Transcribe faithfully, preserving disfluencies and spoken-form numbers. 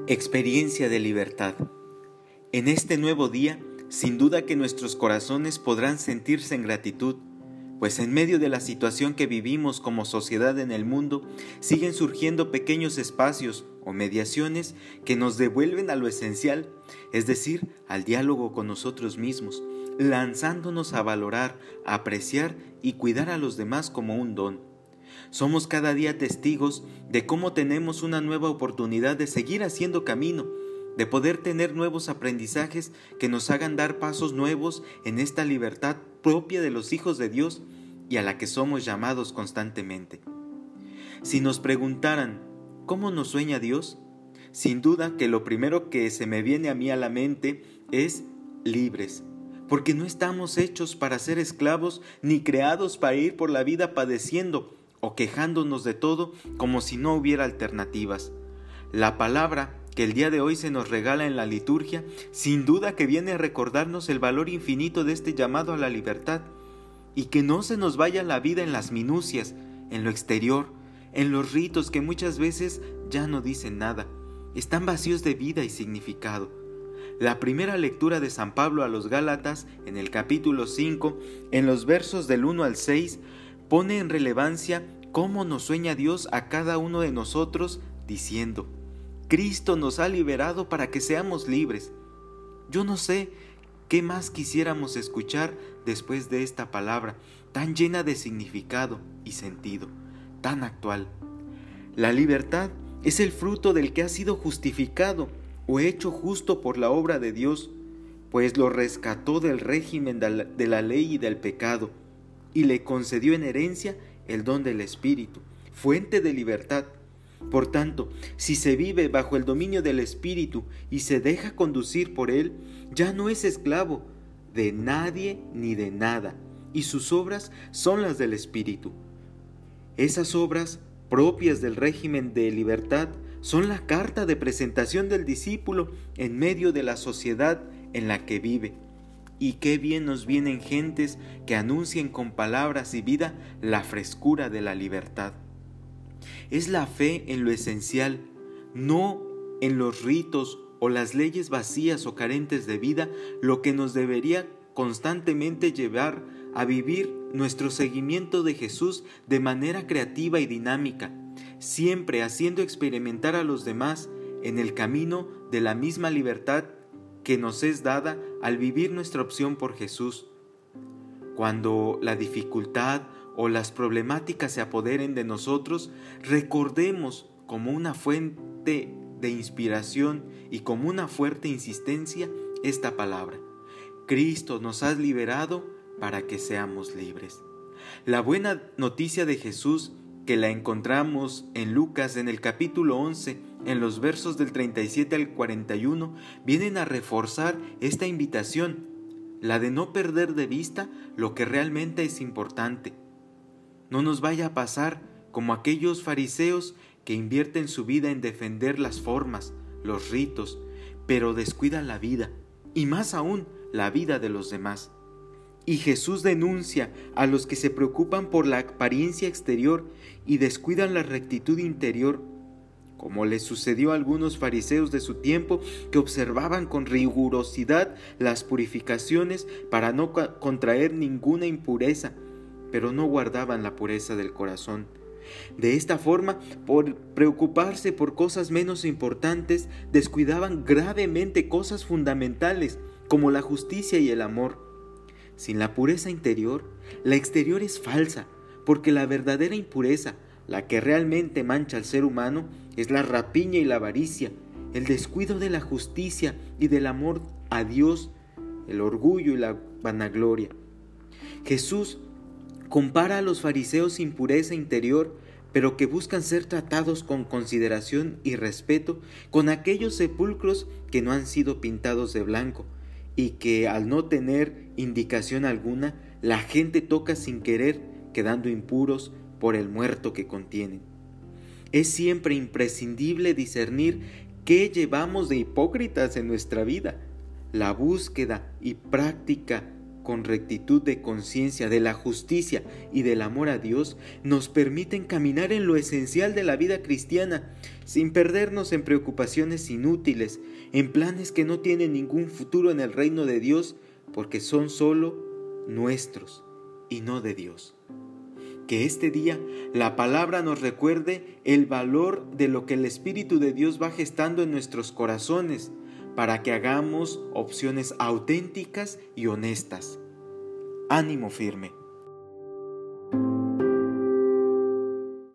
Experiencia de libertad. En este nuevo día, sin duda que nuestros corazones podrán sentirse en gratitud, pues en medio de la situación que vivimos como sociedad en el mundo, siguen surgiendo pequeños espacios o mediaciones que nos devuelven a lo esencial, es decir, al diálogo con nosotros mismos, lanzándonos a valorar, a apreciar y cuidar a los demás como un don. Somos cada día testigos de cómo tenemos una nueva oportunidad de seguir haciendo camino, de poder tener nuevos aprendizajes que nos hagan dar pasos nuevos en esta libertad propia de los hijos de Dios y a la que somos llamados constantemente. Si nos preguntaran, ¿cómo nos sueña Dios? Sin duda que lo primero que se me viene a mí a la mente es libres, porque no estamos hechos para ser esclavos ni creados para ir por la vida padeciendo o quejándonos de todo como si no hubiera alternativas. La palabra que el día de hoy se nos regala en la liturgia, sin duda que viene a recordarnos el valor infinito de este llamado a la libertad, y que no se nos vaya la vida en las minucias, en lo exterior, en los ritos que muchas veces ya no dicen nada, están vacíos de vida y significado. La primera lectura de San Pablo a los Gálatas, en el capítulo cinco, en los versos del uno al seis, pone en relevancia cómo nos sueña Dios a cada uno de nosotros, diciendo: Cristo nos ha liberado para que seamos libres. Yo no sé qué más quisiéramos escuchar después de esta palabra, tan llena de significado y sentido, tan actual. La libertad es el fruto del que ha sido justificado o hecho justo por la obra de Dios, pues lo rescató del régimen de la ley y del pecado, y le concedió en herencia el don del Espíritu, fuente de libertad. Por tanto, si se vive bajo el dominio del Espíritu y se deja conducir por él, ya no es esclavo de nadie ni de nada, y sus obras son las del Espíritu. Esas obras, propias del régimen de libertad, son la carta de presentación del discípulo en medio de la sociedad en la que vive. Y qué bien nos vienen gentes que anuncien con palabras y vida la frescura de la libertad. Es la fe en lo esencial, no en los ritos o las leyes vacías o carentes de vida, lo que nos debería constantemente llevar a vivir nuestro seguimiento de Jesús de manera creativa y dinámica, siempre haciendo experimentar a los demás en el camino de la misma libertad que nos es dada al vivir nuestra opción por Jesús. Cuando la dificultad o las problemáticas se apoderen de nosotros, recordemos como una fuente de inspiración y como una fuerte insistencia esta palabra: Cristo nos ha liberado para que seamos libres. La buena noticia de Jesús, que la encontramos en Lucas en el capítulo once, en los versos del treinta y siete al cuarenta y uno, vienen a reforzar esta invitación, la de no perder de vista lo que realmente es importante. No nos vaya a pasar como aquellos fariseos que invierten su vida en defender las formas, los ritos, pero descuidan la vida, y más aún la vida de los demás. Y Jesús denuncia a los que se preocupan por la apariencia exterior y descuidan la rectitud interior, como les sucedió a algunos fariseos de su tiempo que observaban con rigurosidad las purificaciones para no contraer ninguna impureza, pero no guardaban la pureza del corazón. De esta forma, por preocuparse por cosas menos importantes, descuidaban gravemente cosas fundamentales como la justicia y el amor. Sin la pureza interior, la exterior es falsa, porque la verdadera impureza, la que realmente mancha al ser humano, es la rapiña y la avaricia, el descuido de la justicia y del amor a Dios, el orgullo y la vanagloria. Jesús compara a los fariseos sin pureza interior, pero que buscan ser tratados con consideración y respeto, con aquellos sepulcros que no han sido pintados de blanco, y que al no tener indicación alguna, la gente toca sin querer, quedando impuros por el muerto que contienen. Es siempre imprescindible discernir qué llevamos de hipócritas en nuestra vida. La búsqueda y práctica con rectitud de conciencia, de la justicia y del amor a Dios, nos permiten caminar en lo esencial de la vida cristiana, sin perdernos en preocupaciones inútiles, en planes que no tienen ningún futuro en el reino de Dios, porque son solo nuestros y no de Dios. Que este día la palabra nos recuerde el valor de lo que el Espíritu de Dios va gestando en nuestros corazones, para que hagamos opciones auténticas y honestas. Ánimo firme.